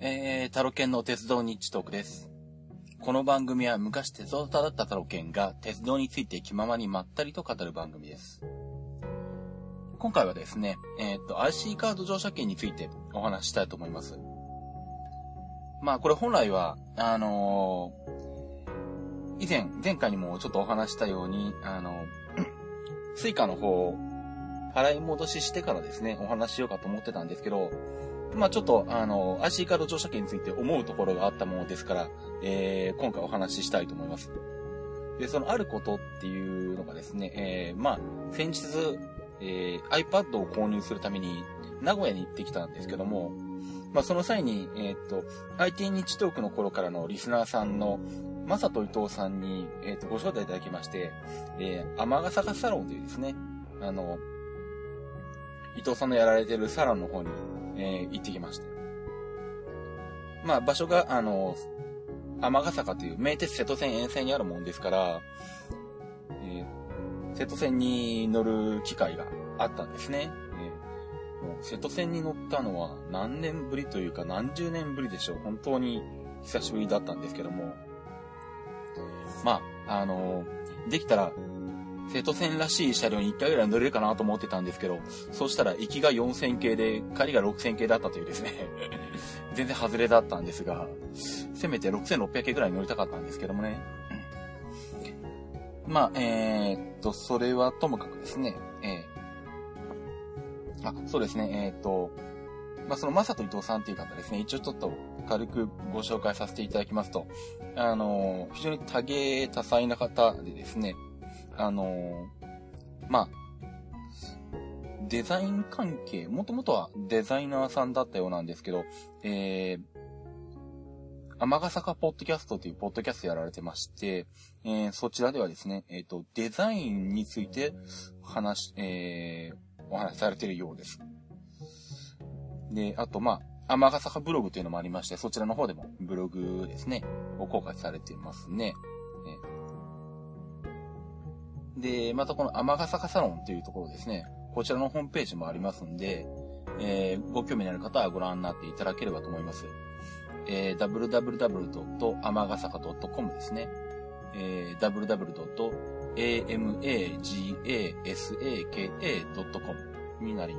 タロケンの鉄道日トークです。この番組は昔鉄道だったタロケンが鉄道について気ままにまったりと語る番組です。今回はですね、IC カード乗車券についてお話ししたいと思います。これ本来は、前回にもちょっとお話したように、スイカの方を払い戻ししてからですね、お話ししようかと思ってたんですけど、ちょっと、IC カード乗車券について思うところがあったものですから、今回お話ししたいと思います。で、そのあることっていうのがですね、先日、iPad を購入するために名古屋に行ってきたんですけども、その際に、IT 日トークの頃からのリスナーさんのマサと伊藤さんに、ご招待いただきまして、尼崎サロンというですね、伊藤さんのやられているサロンの方に、行ってきました。場所が、尼崎という名鉄瀬戸線沿線にあるもんですから、瀬戸線に乗る機会があったんですね。もう瀬戸線に乗ったのは何年ぶりというか何十年ぶりでしょう。本当に久しぶりだったんですけども。できたら、瀬戸線らしい車両に1回ぐらい乗れるかなと思ってたんですけど、そうしたら行きが4000系で、帰りが6000系だったというですね。全然外れだったんですが、せめて6600系ぐらい乗りたかったんですけどもね。それはともかくですね、そうですね、そのマサと伊藤さんっていう方ですね、一応ちょっと軽くご紹介させていただきますと、非常に多芸多彩な方でですね、デザイン関係、もともとはデザイナーさんだったようなんですけど、尼崎ポッドキャストというポッドキャストやられてまして、そちらではですね、デザインについてお話しされているようです。で、あと、尼崎ブログというのもありまして、そちらの方でもブログですね、を公開されていますね。で、またこの尼崎サロンというところですね、こちらのホームページもありますんで、ご興味のある方はご覧になっていただければと思います。www.amagasaka.com ですね。www.amagasaka.com になります。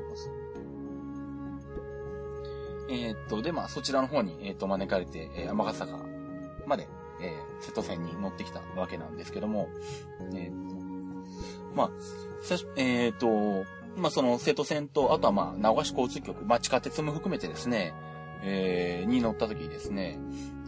そちらの方に、招かれて、尼崎まで、瀬戸線に乗ってきたわけなんですけども、その瀬戸線と、あとは名古屋市交通局、地下鉄も含めてですね、に乗った時にですね、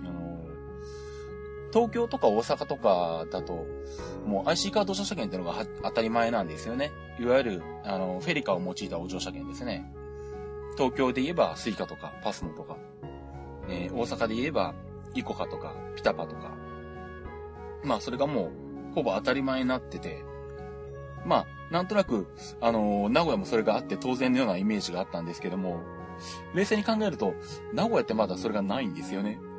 東京とか大阪とかだと、もう IC カード乗車券っていうのが当たり前なんですよね。いわゆる、フェリカを用いたお乗車券ですね。東京で言えばスイカとかパスモとか、大阪で言えばイコカとかピタパとか、それがもうほぼ当たり前になってて、なんとなく、名古屋もそれがあって当然のようなイメージがあったんですけども、冷静に考えると、名古屋ってまだそれがないんですよね。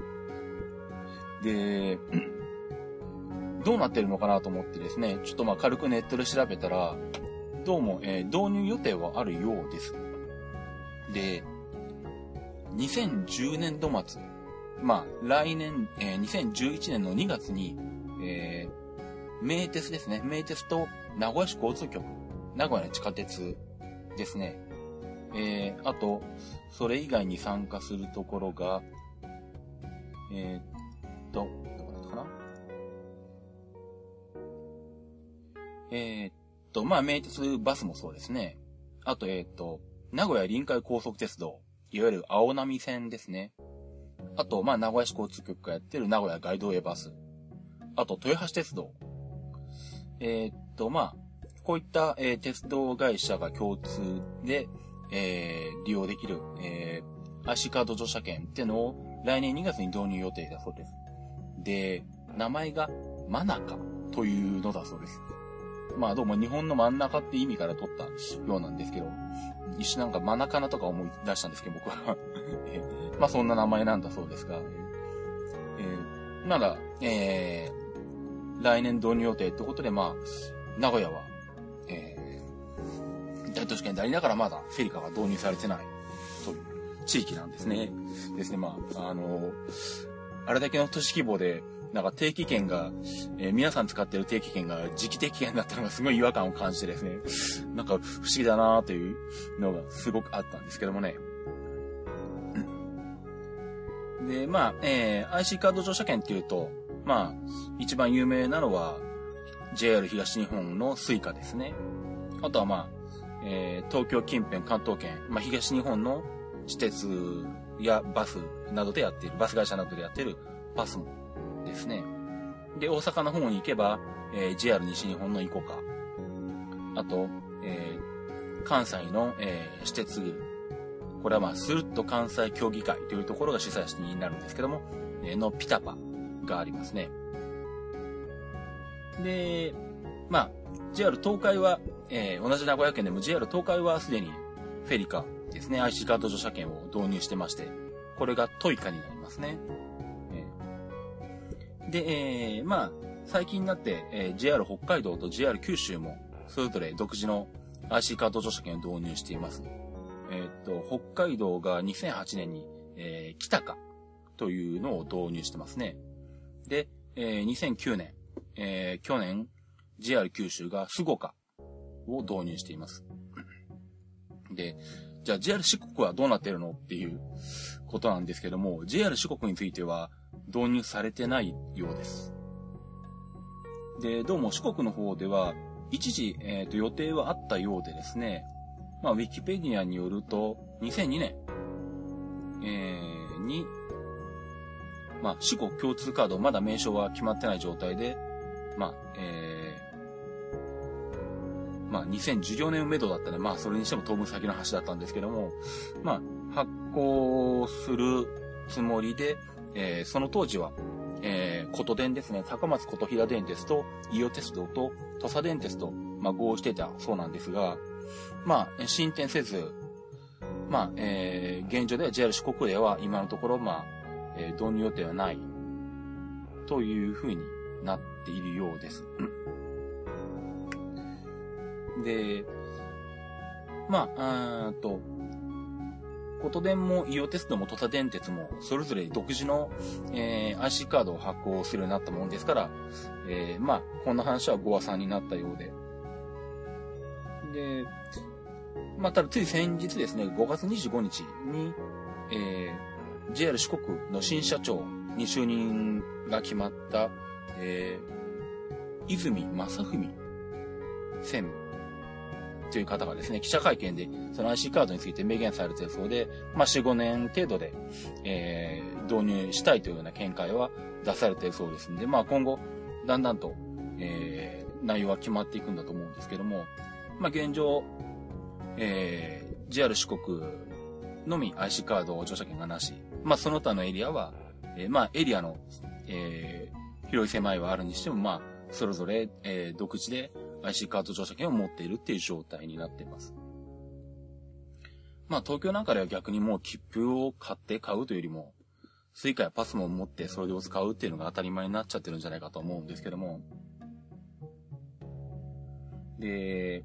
で、どうなってるのかなと思ってですね、ちょっと軽くネットで調べたら、どうも、導入予定はあるようです。で、2010年度末、来年、2011年の2月に、名鉄ですね。名鉄と名古屋市交通局、名古屋の地下鉄ですね。あと、それ以外に参加するところが、どこだったかな？名鉄バスもそうですね。あと、名古屋臨海高速鉄道、いわゆる青波線ですね。あと、名古屋市交通局がやってる名古屋ガイドウェイバス。あと、豊橋鉄道。こういった、鉄道会社が共通で、利用できる、IC カード乗車券っていうのを来年2月に導入予定だそうです。で、名前が真中というのだそうです。どうも日本の真ん中って意味から取ったようなんですけど、一瞬真中なとか思い出したんですけど、僕は。そんな名前なんだそうですが、まだ、来年導入予定ってことで、名古屋は、大都市圏でありながらまだフェリカが導入されてないという地域なんですね。まあ、あれだけの都市規模で、なんか定期券が、皆さん使ってる定期券が時期定期券になったのがすごい違和感を感じてですね、なんか不思議だなーというのがすごくあったんですけどもね。で、まあ、IC カード乗車券っていうと、まあ、一番有名なのは、JR 東日本のスイカですね。あとはまあ、東京近辺関東圏、まあ東日本の私鉄やバスなどでやっている、バス会社などでやっているパスモですね。で、大阪の方に行けば、JR 西日本のイコカ。あと、関西の、私鉄、これはまあ、スルッと関西協議会というところが主催者になるんですけども、のピタパがありますね。で、まあ、JR 東海は、同じ名古屋県でも JR 東海はすでにフェリカですね、IC カード乗車券を導入してまして、これがトイカになりますね。で、まあ、最近になって、JR 北海道と JR 九州もそれぞれ独自の IC カード乗車券を導入しています。北海道が2008年に、北かというのを導入してますね。で、2009年、去年 JR 九州がスゴカを導入しています。で、じゃあ JR 四国はどうなっているのっていうことなんですけども、JR 四国については導入されてないようです。で、どうも四国の方では一時、予定はあったようでですね、まあ、ウィキペディアによると、2002年、に、まあ、四国共通カード、まだ名称は決まってない状態で、まあ、まあ、2014年をめどだったね。まあ、それにしても当分先の話だったんですけども、まあ、発行するつもりで、その当時は、こと電ですね。高松琴平電鉄と伊予鉄道と土佐電鉄と、まあ、合意してたそうなんですが、まあ、進展せず、まあ、現状では JR 四国では今のところ、まあ、導入予定はないというふうになっているようです。で、まあ、こと電も伊予鉄道も土佐電鉄もそれぞれ独自の、IC カードを発行するようになったものですから、まあ、こんな話はご和算になったようで。で、まあ、ただつい先日ですね、5月25日に、JR 四国の新社長に就任が決まった、泉正文専務という方がですね、記者会見でその IC カードについて明言されているそうで、まあ、4、5年程度で、導入したいというような見解は出されているそうですので、まあ、今後、だんだんと、内容は決まっていくんだと思うんですけども、まあ、現状、JR 四国のみ IC カード乗車券がなし。まあ、その他のエリアは、まあ、エリアの、広い狭いはあるにしても、まあ、それぞれ、独自で IC カード乗車券を持っているっていう状態になっています。まあ、東京なんかでは逆にもう切符を買うというよりも、スイカやパスモを持ってそれを使うっていうのが当たり前になっちゃってるんじゃないかと思うんですけども。で、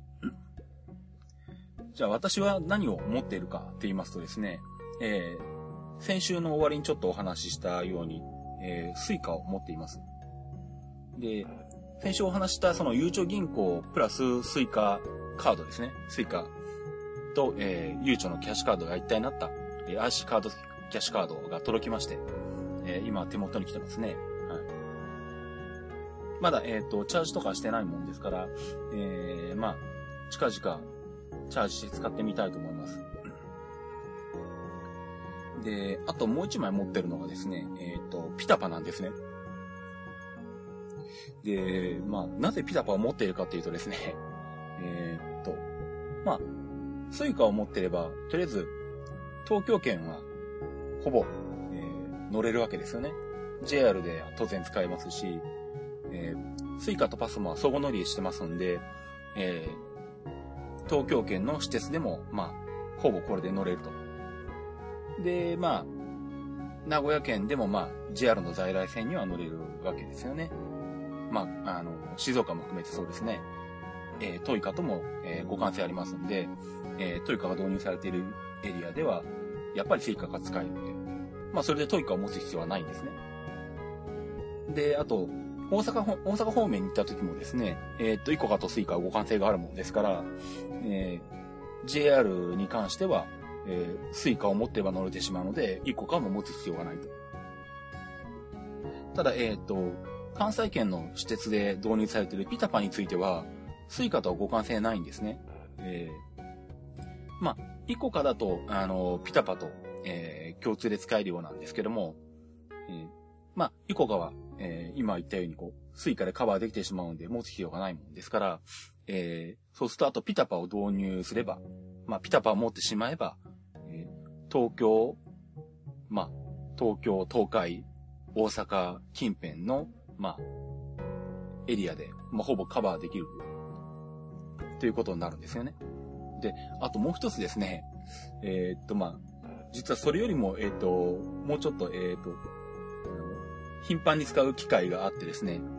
じゃあ私は何を持っているかって言いますとですね、先週の終わりにちょっとお話ししたように、スイカを持っています。で、先週お話したそのゆうちょ銀行プラススイカカードですね。スイカと、ゆうちょのキャッシュカードが一体になった、IC カードキャッシュカードが届きまして、今手元に来てますね。はい。まだ、チャージとかしてないもんですから、まあ、近々、チャージして使ってみたいと思います。で、あともう一枚持ってるのがですね、ピタパなんですね。で、まあ、なぜピタパを持っているかっていうとですね、まあ、スイカを持っていれば、とりあえず、東京圏は、ほぼ、乗れるわけですよね。JR で当然使えますし、スイカとパスモは相互乗りしてますんで、東京圏の私鉄でも、まあ、ほぼこれで乗れると。で、まあ、名古屋県でも、まあ、JR の在来線には乗れるわけですよね。まあ、静岡も含めてそうですね。トイカとも、互換性ありますんで、トイカが導入されているエリアでは、 やっぱりスイカが使えるんで。まあ、それでトイカを持つ必要はないんですね。で、あと、大阪方面に行った時もですね、イコカとスイカは互換性があるもんですから、JR に関しては、スイカを持っては乗れてしまうので、イコカも持つ必要がないと。ただ、関西圏の私鉄で導入されているピタパについては、スイカとは互換性ないんですね。まあ、イコカだと、ピタパと、共通で使えるようなんですけども、まあ、イコカは、今言ったようにスイカでカバーできてしまうんで持つ必要がないもんですから、そうするとあとピタパを導入すれば、まあ、ピタパを持ってしまえば、東京、東海、大阪近辺の、エリアで、ほぼカバーできるということになるんですよね。で、あともう一つですね、実はそれよりも、もうちょっと、頻繁に使う機会があってですね、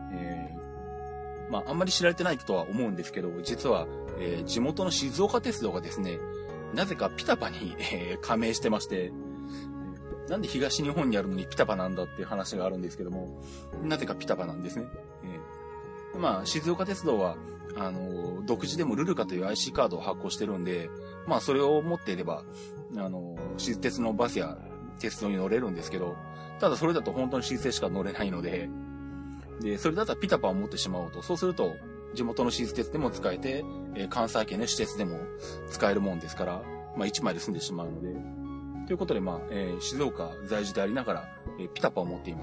あんまり知られてないとは思うんですけど、実は、地元の静岡鉄道がですね、なぜかピタパに、加盟してまして、なんで東日本にあるのにピタパなんだっていう話があるんですけども、なぜかピタパなんですね。静岡鉄道は、独自でもルルカという IC カードを発行してるんで、それを持っていれば、私鉄のバスや鉄道に乗れるんですけど、ただそれだと本当に私鉄しか乗れないので、それだったらピタパを持ってしまおうと。そうすると、地元の私鉄でも使えて、関西圏の私鉄でも使えるもんですから、1枚で済んでしまうので、ということで、静岡在住でありながら、ピタパを持っています。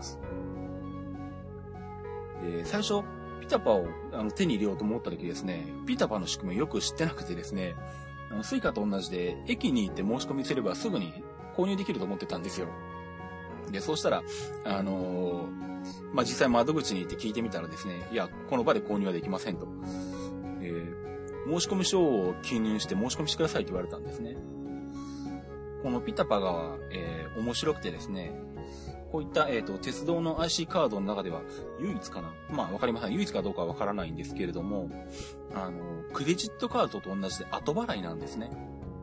最初、ピタパを手に入れようと思った時ですね、ピタパの仕組みをよく知ってなくてですね、スイカと同じで、駅に行って申し込みすればすぐに購入できると思ってたんですよ。で、そうしたら、実際窓口に行って聞いてみたらですね、いや、この場で購入はできませんと。申し込み書を記入して申し込みしてくださいと言われたんですね。このピタパが、面白くてですね、こういった、鉄道の IC カードの中では唯一かな。わかりません。唯一かどうかはわからないんですけれども、クレジットカードと同じで後払いなんですね。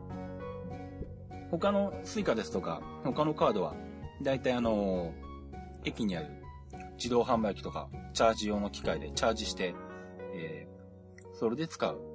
他のスイカですとか、他のカードは、だいたい駅にある自動販売機とか、チャージ用の機械でチャージして、それで使う、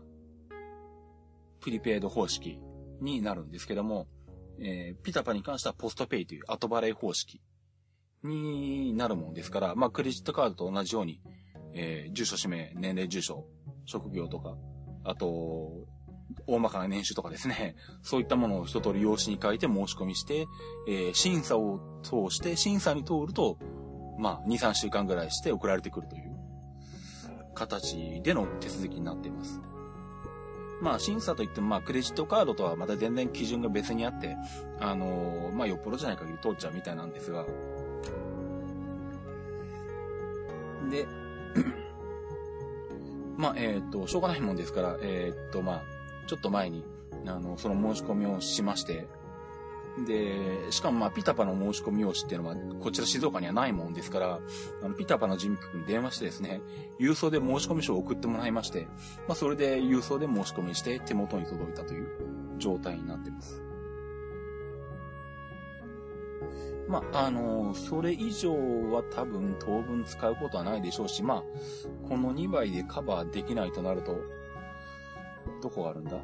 プリペイド方式になるんですけども、ピタパに関してはポストペイという後払い方式になるもんですから、クレジットカードと同じように、住所、氏名、年齢、住所、職業とか、あと、大まかな年収とかですね、そういったものを一通り用紙に書いて申し込みして、審査を通して、審査に通ると、2、3週間ぐらいして送られてくるという形での手続きになっています。審査といっても、クレジットカードとはまた全然基準が別にあって、よっぽどじゃない限り通っちゃうみたいなんですが。で、しょうがないもんですから、ちょっと前に、その申し込みをしまして、で、しかもピタパの申し込み用紙っていうのは、こちら静岡にはないもんですから、ピタパの事務局に電話してですね、郵送で申し込み書を送ってもらいまして、それで郵送で申し込みして手元に届いたという状態になっています。それ以上は多分当分使うことはないでしょうし、この2倍でカバーできないとなると、どこがあるんだ？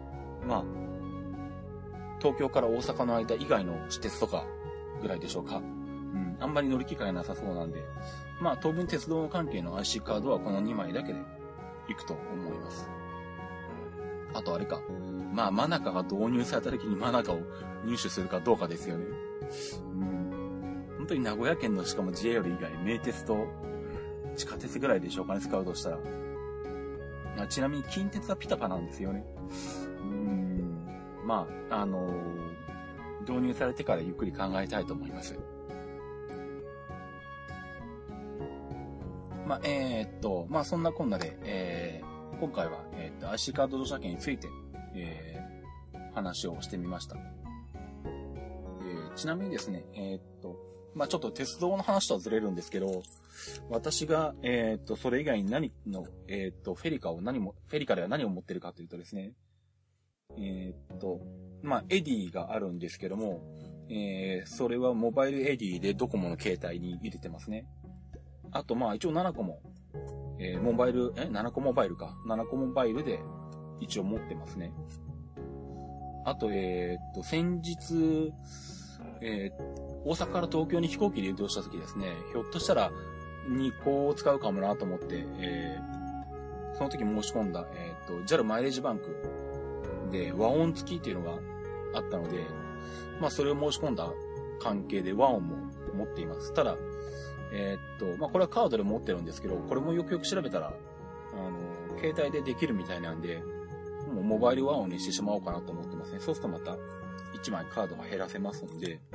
東京から大阪の間以外の私鉄とかぐらいでしょうか。あんまり乗る機会なさそうなんで、当分鉄道関係の IC カードはこの2枚だけで行くと思います。あとあれか。マナカが導入された時にマナカを入手するかどうかですよね。本当に名古屋県のしかも JR 以外、名鉄と地下鉄ぐらいでしょうかね、使うとしたら。ちなみに近鉄はピタパなんですよね。導入されてからゆっくり考えたいと思います。そんなこんなで、今回は、IC カード乗車券について、話をしてみました。ちなみにですね、ちょっと鉄道の話とはずれるんですけど、私が、それ以外に何の、フェリカでは何を持ってるかというとですね、 エディがあるんですけども、それはモバイルエディでドコモの携帯に入れてますね。あと、一応7個も、7個モバイルか。7個モバイルで一応持ってますね。あと、先日、大阪から東京に飛行機で移動した時ですね、ひょっとしたら2個を使うかもなと思って、その時申し込んだ、JAL マイレージバンクで和音付きっていうのがあったので、それを申し込んだ関係で和音も持っています。ただ、これはカードで持ってるんですけど、これもよくよく調べたら、携帯でできるみたいなんで、もうモバイル和音にしてしまおうかなと思ってますね。そうするとまた1枚カードが減らせますんで、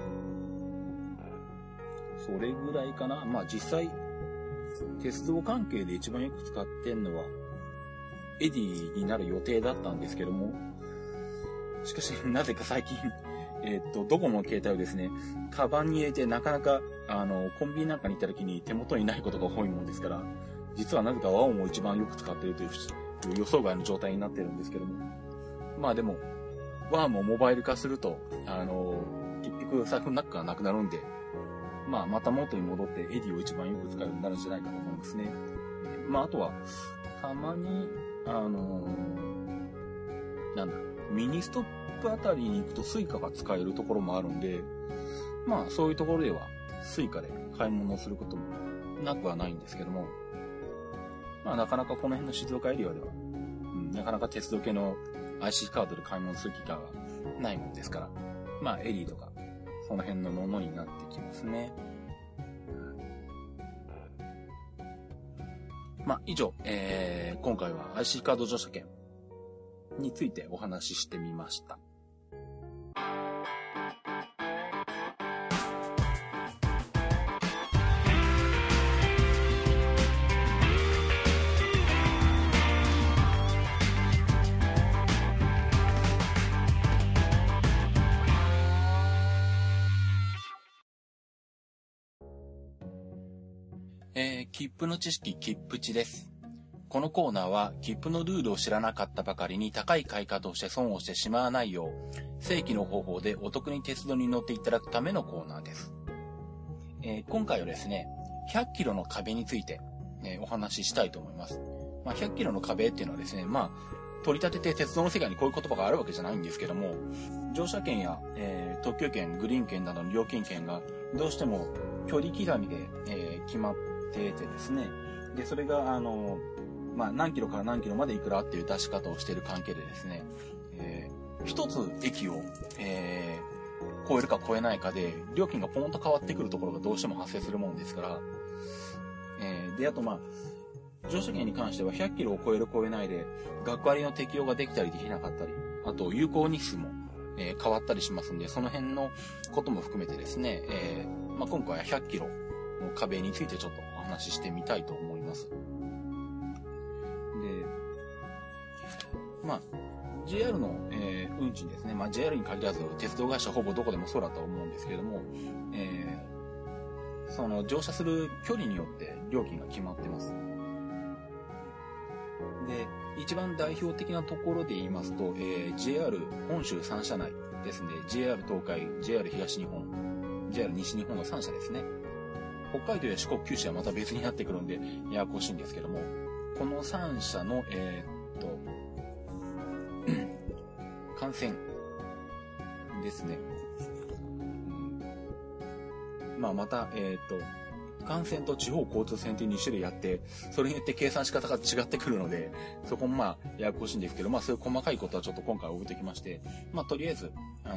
それぐらいかな。実際、鉄道関係で一番よく使ってんのは、エディになる予定だったんですけども、しかし、なぜか最近、ドコモの携帯をですね、カバンに入れてなかなか、コンビニなんかに行った時に手元にないことが多いもんですから、実はなぜか和音を一番よく使っているという予想外の状態になってるんですけども。でも、和音もモバイル化すると、結局財布の中がなくなるんで、また元に戻ってエディを一番よく使うようになるんじゃないかと思いますね。あとは、たまに、ミニストップあたりに行くとスイカが使えるところもあるんで、そういうところではスイカで買い物をすることもなくはないんですけども、なかなかこの辺の静岡エリアでは、なかなか鉄道系の IC カードで買い物する機会がないもんですから、エリーとか、その辺のものになってきますね。以上、今回は IC カード乗車券についてお話ししてみました。切符の知識、切符値です。このコーナーは、切符のルールを知らなかったばかりに高い買い方をして損をしてしまわないよう、正規の方法でお得に鉄道に乗っていただくためのコーナーです。今回はですね、100キロの壁について、お話ししたいと思います。100キロの壁っていうのはですね、取り立てて鉄道の世界にこういう言葉があるわけじゃないんですけども、乗車券や、特急券、グリーン券などの料金券がどうしても距離刻みで、決まっててですね、で、それが何キロから何キロまでいくらっていう出し方をしている関係でですね、一つ駅を、超えるか超えないかで料金がポンと変わってくるところがどうしても発生するものですから、で、あと乗車券に関しては100キロを超える超えないで学割の適用ができたりできなかったり、あと有効日数も、変わったりしますんで、その辺のことも含めてですね、今回は100キロの壁についてちょっとお話ししてみたいと思います。で、JR の、運賃ですね。JR に限らず鉄道会社ほぼどこでもそうだと思うんですけれども、その乗車する距離によって料金が決まってます。で、一番代表的なところで言いますと、JR 本州3社内ですね。JR 東海、JR 東日本、JR 西日本の3社ですね。北海道や四国、九州はまた別になってくるんでややこしいんですけども、この3社の、幹線ですね。また、幹線と地方交通線っていう2種類あって、それによって計算仕方が違ってくるので、そこもややこしいんですけど、そういう細かいことはちょっと今回覚えてきまして、とりあえず、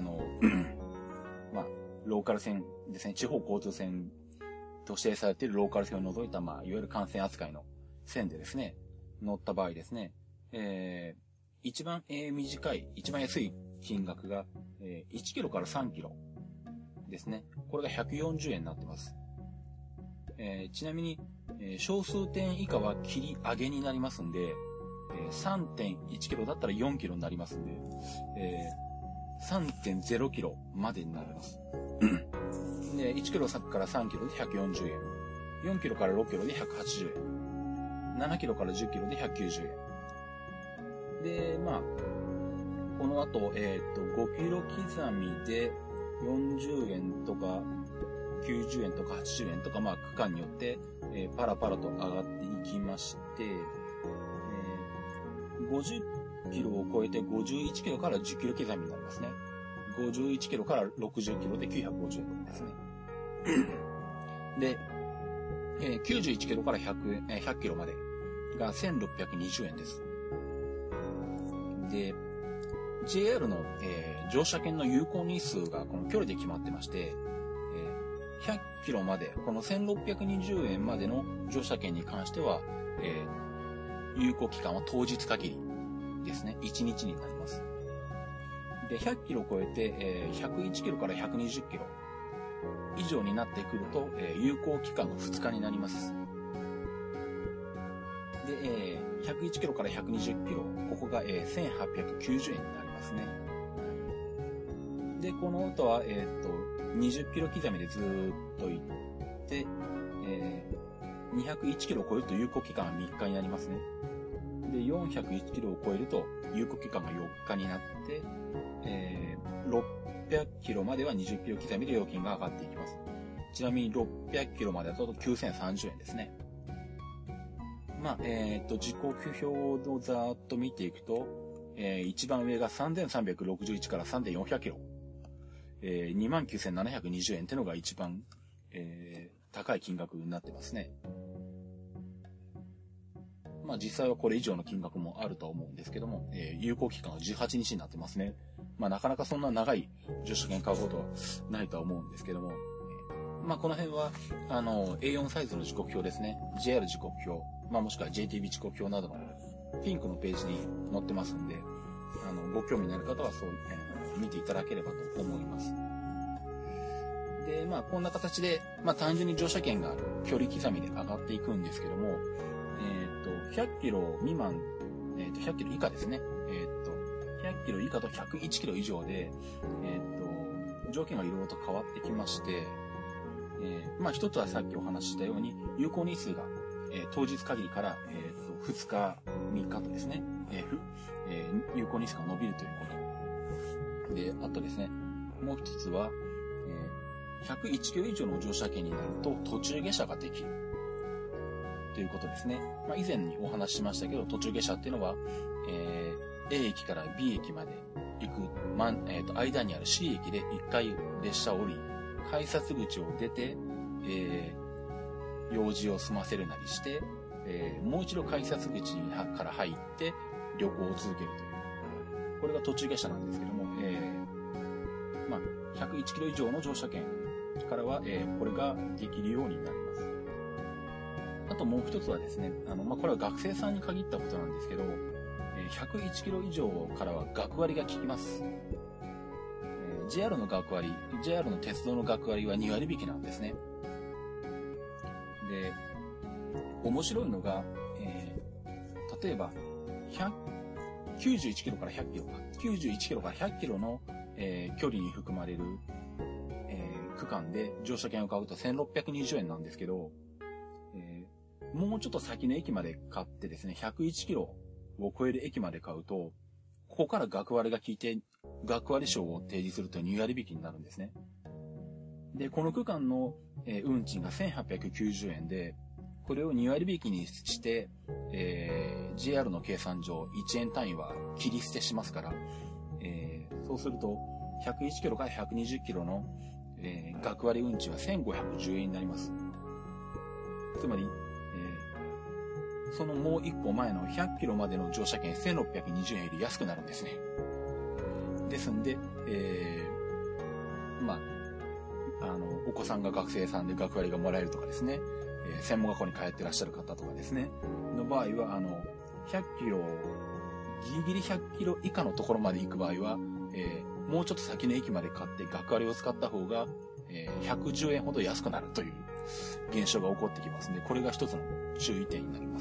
ローカル線ですね、地方交通線と指定されているローカル線を除いた、いわゆる幹線扱いの線でですね、乗った場合ですね、一番、短い、一番安い金額が、1キロから3キロですね。これが140円になってます。ちなみに、小数点以下は切り上げになりますんで、3.1 キロだったら4キロになりますんで、3.0 キロまでになります。で、1キロから3キロで140円。4キロから6キロで180円。7キロから10キロで190円。で、 この後、5キロ刻みで40円とか90円とか80円とか、区間によって、パラパラと上がっていきまして、50キロを超えて51キロから10キロ刻みになりますね。51キロから60キロで950円ですね。で、91キロから100キロまでが1620円です。で、JR の、乗車券の有効日数がこの距離で決まってまして、100キロまで、この1620円までの乗車券に関しては、有効期間は当日限りですね。1日になります。で、100キロを超えて、101キロから120キロ以上になってくると、有効期間が2日になります。で、101キロから120キロ、ここが、1890円になりますね。で、この後は、20キロ刻みでずーっと行って、201キロを超えると有効期間は3日になりますね。で、401キロを超えると有効期間が4日になって、600キロまでは20キロ刻みで料金が上がっていきます。ちなみに600キロまでだと9030円ですね。時刻表をざーっと見ていくと、一番上が3361から3400キロ。29,720円ってのが一番、高い金額になってますね。実際はこれ以上の金額もあるとは思うんですけども、有効期間は18日になってますね。なかなかそんな長い乗車券買うことはないとは思うんですけども、この辺は、A4 サイズの時刻表ですね。JR 時刻表、もしくは JTB 時刻表などのピンクのページに載ってますんで、ご興味のある方はそう、見ていただければと思います。で、こんな形で、単純に乗車券が距離刻みで上がっていくんですけども、100キロ未満、100キロ以下ですね。100キロ以下と101キロ以上で、条件がいろいろと変わってきまして、一つはさっきお話ししたように、有効日数が、当日限りから、2日、3日とですね、有効日数が伸びるということ。で、あとですね、もう一つは、101キロ以上の乗車券になると途中下車ができるということですね。以前にお話ししましたけど、途中下車っていうのは、A 駅から B 駅まで行く、間にある C 駅で1回列車を降り、改札口を出て、用事を済ませるなりして、もう一度改札口から入って旅行を続けるという。これが途中下車なんですけども、101キロ以上の乗車券からは、これができるようになります。あともう一つはですね、これは学生さんに限ったことなんですけど、101キロ以上からは学割が効きます。JR の学割、JR の鉄道の学割は2割引きなんですね。で、面白いのが、例えば、91キロから100キロか、91キロから100キロの、距離に含まれる、区間で乗車券を買うと1620円なんですけど、もうちょっと先の駅まで買ってですね、101キロを超える駅まで買うと、ここから学割が効いて、学割証を提示すると2割引きになるんですね。で、この区間の、運賃が1890円で、これを2割引きにして、JR の計算上1円単位は切り捨てしますから、そうすると101キロから120キロの、学割運賃は1510円になります。つまり、そのもう一個前の100キロまでの乗車券1620円より安くなるんですね。ですんで、お子さんが学生さんで学割がもらえるとかですね、専門学校に通ってらっしゃる方とかですね、の場合は、100キロ、ギリギリ100キロ以下のところまで行く場合は、もうちょっと先の駅まで買って学割を使った方が、110円ほど安くなるという現象が起こってきますので、これが一つの注意点になります。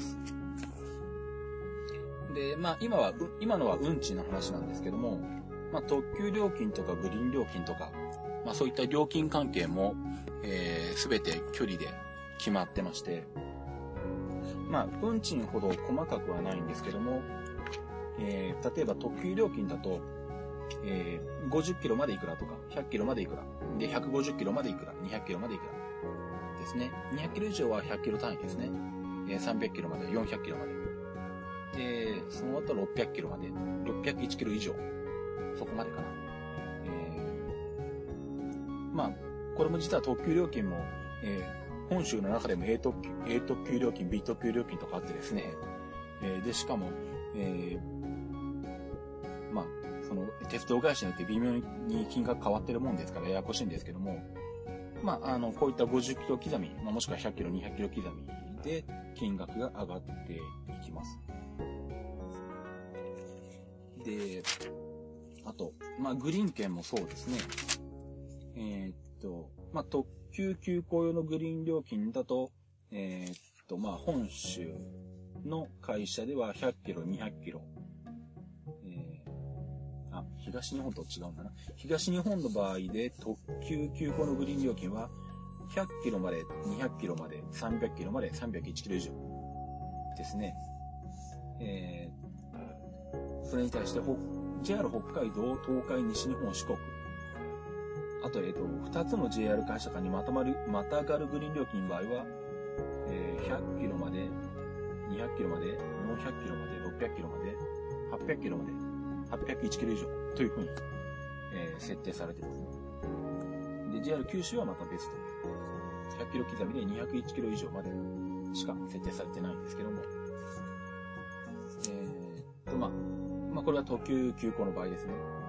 で、今のは運賃の話なんですけども、特急料金とかグリーン料金とか、そういった料金関係も、すべて距離で決まってまして、運賃ほど細かくはないんですけども、例えば特急料金だと、 50キロまでいくらとか、100キロまでいくら、で、150キロまでいくら、200キロまでいくらですね。200キロ以上は100キロ単位ですね。300キロまで、400キロまで。で、その後600キロまで、601キロ以上。そこまでかな。まあ、これも実は特急料金も、本州の中でも A 特急料金、B 特急料金とかあってですね。で、しかも、まあ、その、鉄道会社によって微妙に金額変わってるもんですからややこしいんですけども、まあ、こういった50キロ刻み、まあ、もしくは100キロ、200キロ刻みで金額が上がっていきます。で、あと、まあ、グリーン券もそうですね。まあ、特急急行用のグリーン料金だと、まあ、本州の会社では100キロ、200キロ。東日本と違うんだな。東日本の場合で特急急行のグリーン料金は100キロまで、200キロまで、300キロまで、301キロ以上ですね。それに対してJR 北海道、東海、西日本、四国。あと、2つの JR 会社間にまたがるグリーン料金の場合は、100キロまで、200キロまで、400キロまで、600キロまで、800キロまで、801キロ以上というふうに、設定されていますね。で、JR 九州はまた別と。100キロ刻みで201キロ以上までしか設定されてないんですけども。まあ、これは特急急行の場合ですね。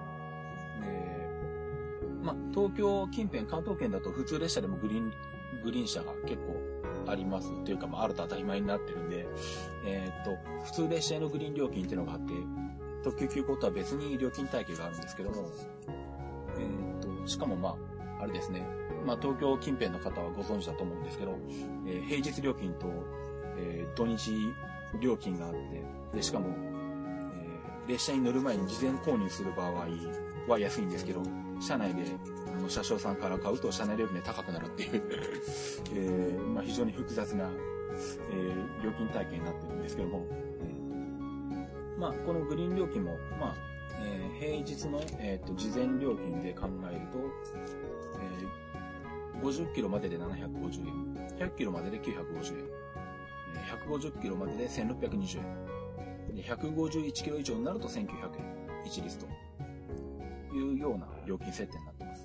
まあ、東京近辺、関東圏だと普通列車でもグリーン車が結構ありますというか、まあ、あると当たり前になってるんで、普通列車へのグリーン料金っていうのがあって、特急急行とは別に料金体系があるんですけども、しかもまあ、あれですね、まあ、東京近辺の方はご存知だと思うんですけど、平日料金と、土日料金があって、で、しかも、列車に乗る前に事前購入する場合は安いんですけど、車内で車掌さんから買うと車内料金で高くなるっていう、まあ、非常に複雑な、料金体系になってるんですけども、まあ、このグリーン料金も、まあ、平日の、事前料金で考えると、50キロまでで750円、100キロまでで950円、150キロまでで1620円、で151キロ以上になると1900円、一律というような料金設定になっています。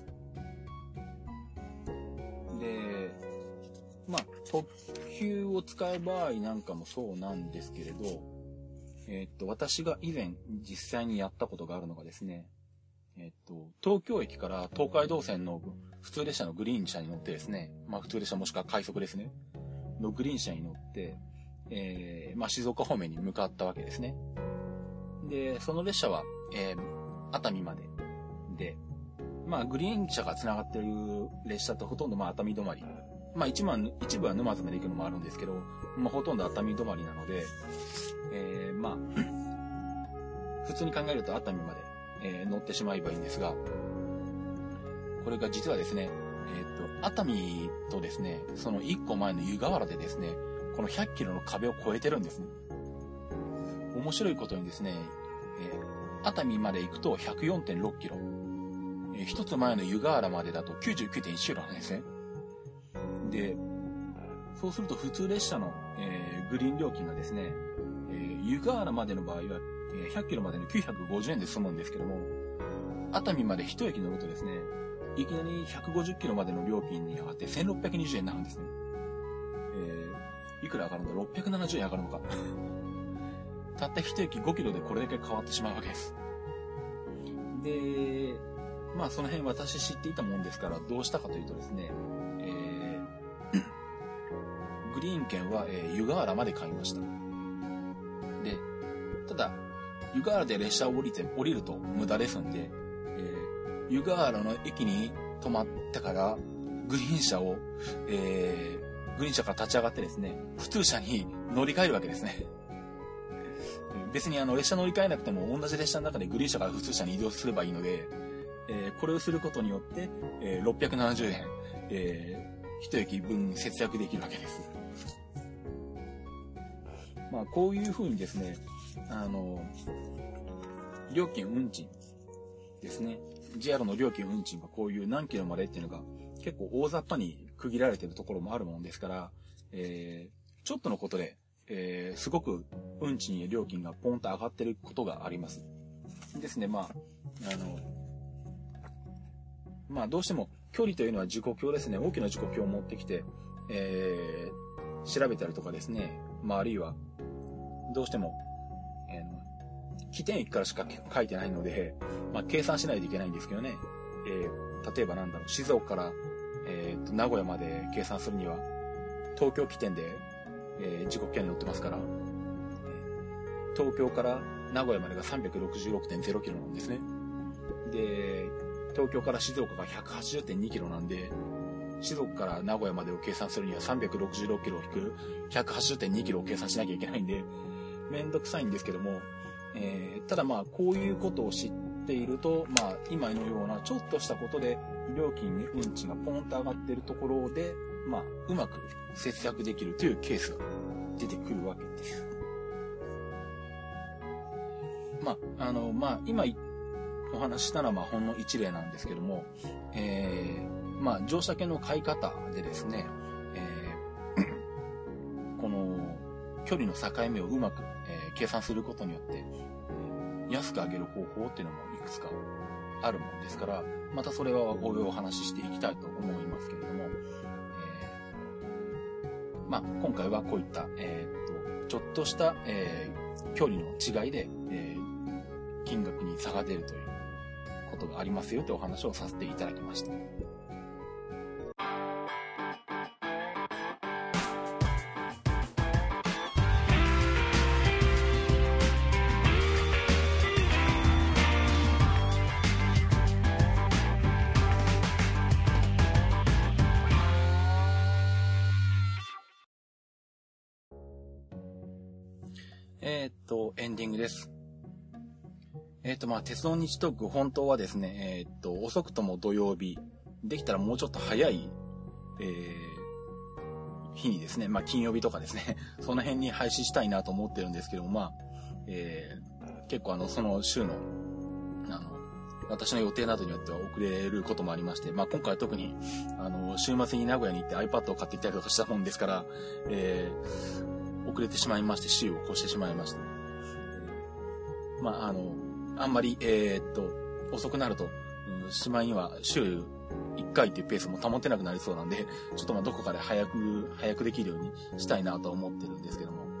で、まあ、特急を使う場合なんかもそうなんですけれど、私が以前実際にやったことがあるのがですね、東京駅から東海道線の普通列車のグリーン車に乗ってですね、まあ普通列車もしくは快速ですね、のグリーン車に乗って、まあ静岡方面に向かったわけですね。で、その列車は、熱海まで。で、まあグリーン車が繋がっている列車とほとんどまあ熱海止まり。まあ一部は沼津まで行くのもあるんですけど、まあほとんど熱海止まりなので、まあ、普通に考えると熱海まで、乗ってしまえばいいんですが、これが実はですね、熱海とですね、その1個前の湯河原でですね、この100キロの壁を越えてるんですね。面白いことにですね、熱海まで行くと 104.6 キロ。一つ前の湯河原までだと 99.1 キロなんですね。で、そうすると普通列車の、グリーン料金がですね、湯河原までの場合は、100キロまでの950円で済むんですけども、熱海まで一駅乗るとですね、いきなり150キロまでの料金に上がって1620円になるんですね。いくら上がるのか ?670 円上がるのか。たった一駅5キロでこれだけ変わってしまうわけです。で、まあその辺私知っていたもんですから、どうしたかというとですね、グリーン券は、湯河原まで買いました。で、ただ、湯河原で列車を降りると無駄ですんで、湯河原の駅に止まってから、グリーン車から立ち上がってですね、普通車に乗り換えるわけですね。別に列車乗り換えなくても同じ列車の中でグリーン車から普通車に移動すればいいので、これをすることによって、670円、一駅分節約できるわけです。まあ、こういうふうにですね、料金運賃、 ですね。JR の料金運賃がこういう何キロまでっていうのが結構大雑把に区切られているところもあるもんですから、ちょっとのことで、すごく運賃や料金がポンと上がっていることがあります。ですね、どうしても距離というのは時刻表ですね。大きな時刻表を持ってきて、調べたりとかですね。あるいは、どうしても、起点駅からしか書いてないので、計算しないといけないんですけどね。例えば静岡から、名古屋まで計算するには、東京起点で、時刻表に載ってますから、東京から名古屋までが 366.0 キロなんですね。で、東京から静岡が 180.2 キロなんで、静岡から名古屋までを計算するには366キロを引く 180.2 キロを計算しなきゃいけないんで、めんどくさいんですけども、ただこういうことを知っていると、今のようなちょっとしたことで料金に運賃がポンと上がっているところで、うまく節約できるというケースが出てくるわけです。今お話ししたのはほんの一例なんですけども、乗車券の買い方でですね、この距離の境目をうまく、計算することによって、安く上げる方法っていうのもいくつかあるもんですから、またそれはお話ししていきたいと思いますけれども、今回はこういった、ちょっとした、距離の違いで、金額に差が出るということがありますよというお話をさせていただきました。エンディングです。鉄道日トーク本当はですね、遅くとも土曜日、できたらもうちょっと早い、日にですね、金曜日とかですね、その辺に配信したいなと思ってるんですけども、結構その週の、私の予定などによっては遅れることもありまして、今回は特に、週末に名古屋に行って iPad を買ってきたりとかしたもんですから、遅れてしまいまして、週を越してしまいました。あんまり、遅くなると、しまいには週1回っていうペースも保てなくなりそうなんで、ちょっとどこかで早くできるようにしたいなと思ってるんですけども。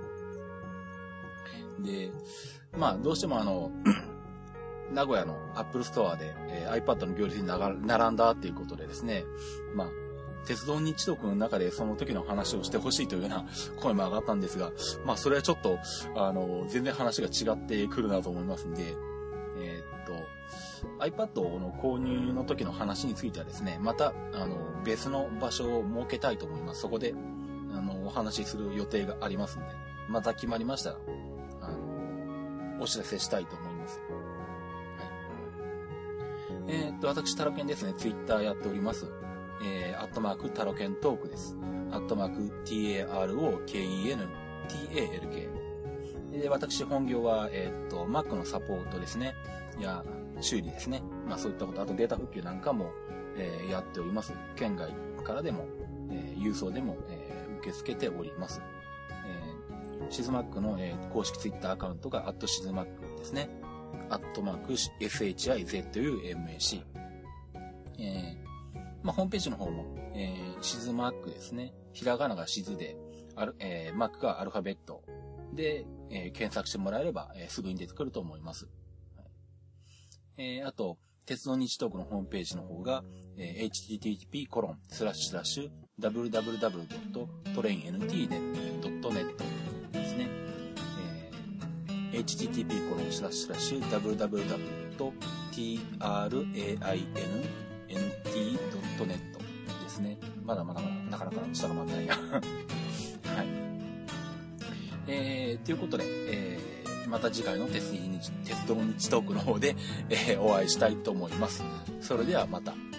で、どうしても名古屋の Apple Store で、iPad の行列に並んだっていうことでですね、鉄道日トークの中でその時の話をしてほしいというような声も上がったんですが、それはちょっと、全然話が違ってくるなと思いますんで、iPad の購入の時の話についてはですね、また、別の場所を設けたいと思います。そこで、お話しする予定がありますんで、また決まりましたら、お知らせしたいと思います。はい、私、タロケンですね、Twitter やっております。@タロケントークです。@TAROKENTALK。で、私本業は、Mac のサポートですね。や、修理ですね。そういったこと、あとデータ復旧なんかも、やっております。県外からでも、郵送でも、受け付けております。シズマックの、公式 Twitter アカウントが@shizmacですね。@SHIZUMAC。ホームページの方も、シズマックですね。ひらがながシズで、マックがアルファベットで、検索してもらえれば、すぐに出てくると思います。あと、鉄道日トークのホームページの方が、http://www.trainnt.net ですね。http://www.trainnt.net ですね。まだなかなか下が回ってないな。はい。ということで、また次回の鉄道日トークの方で、お会いしたいと思います。それではまた。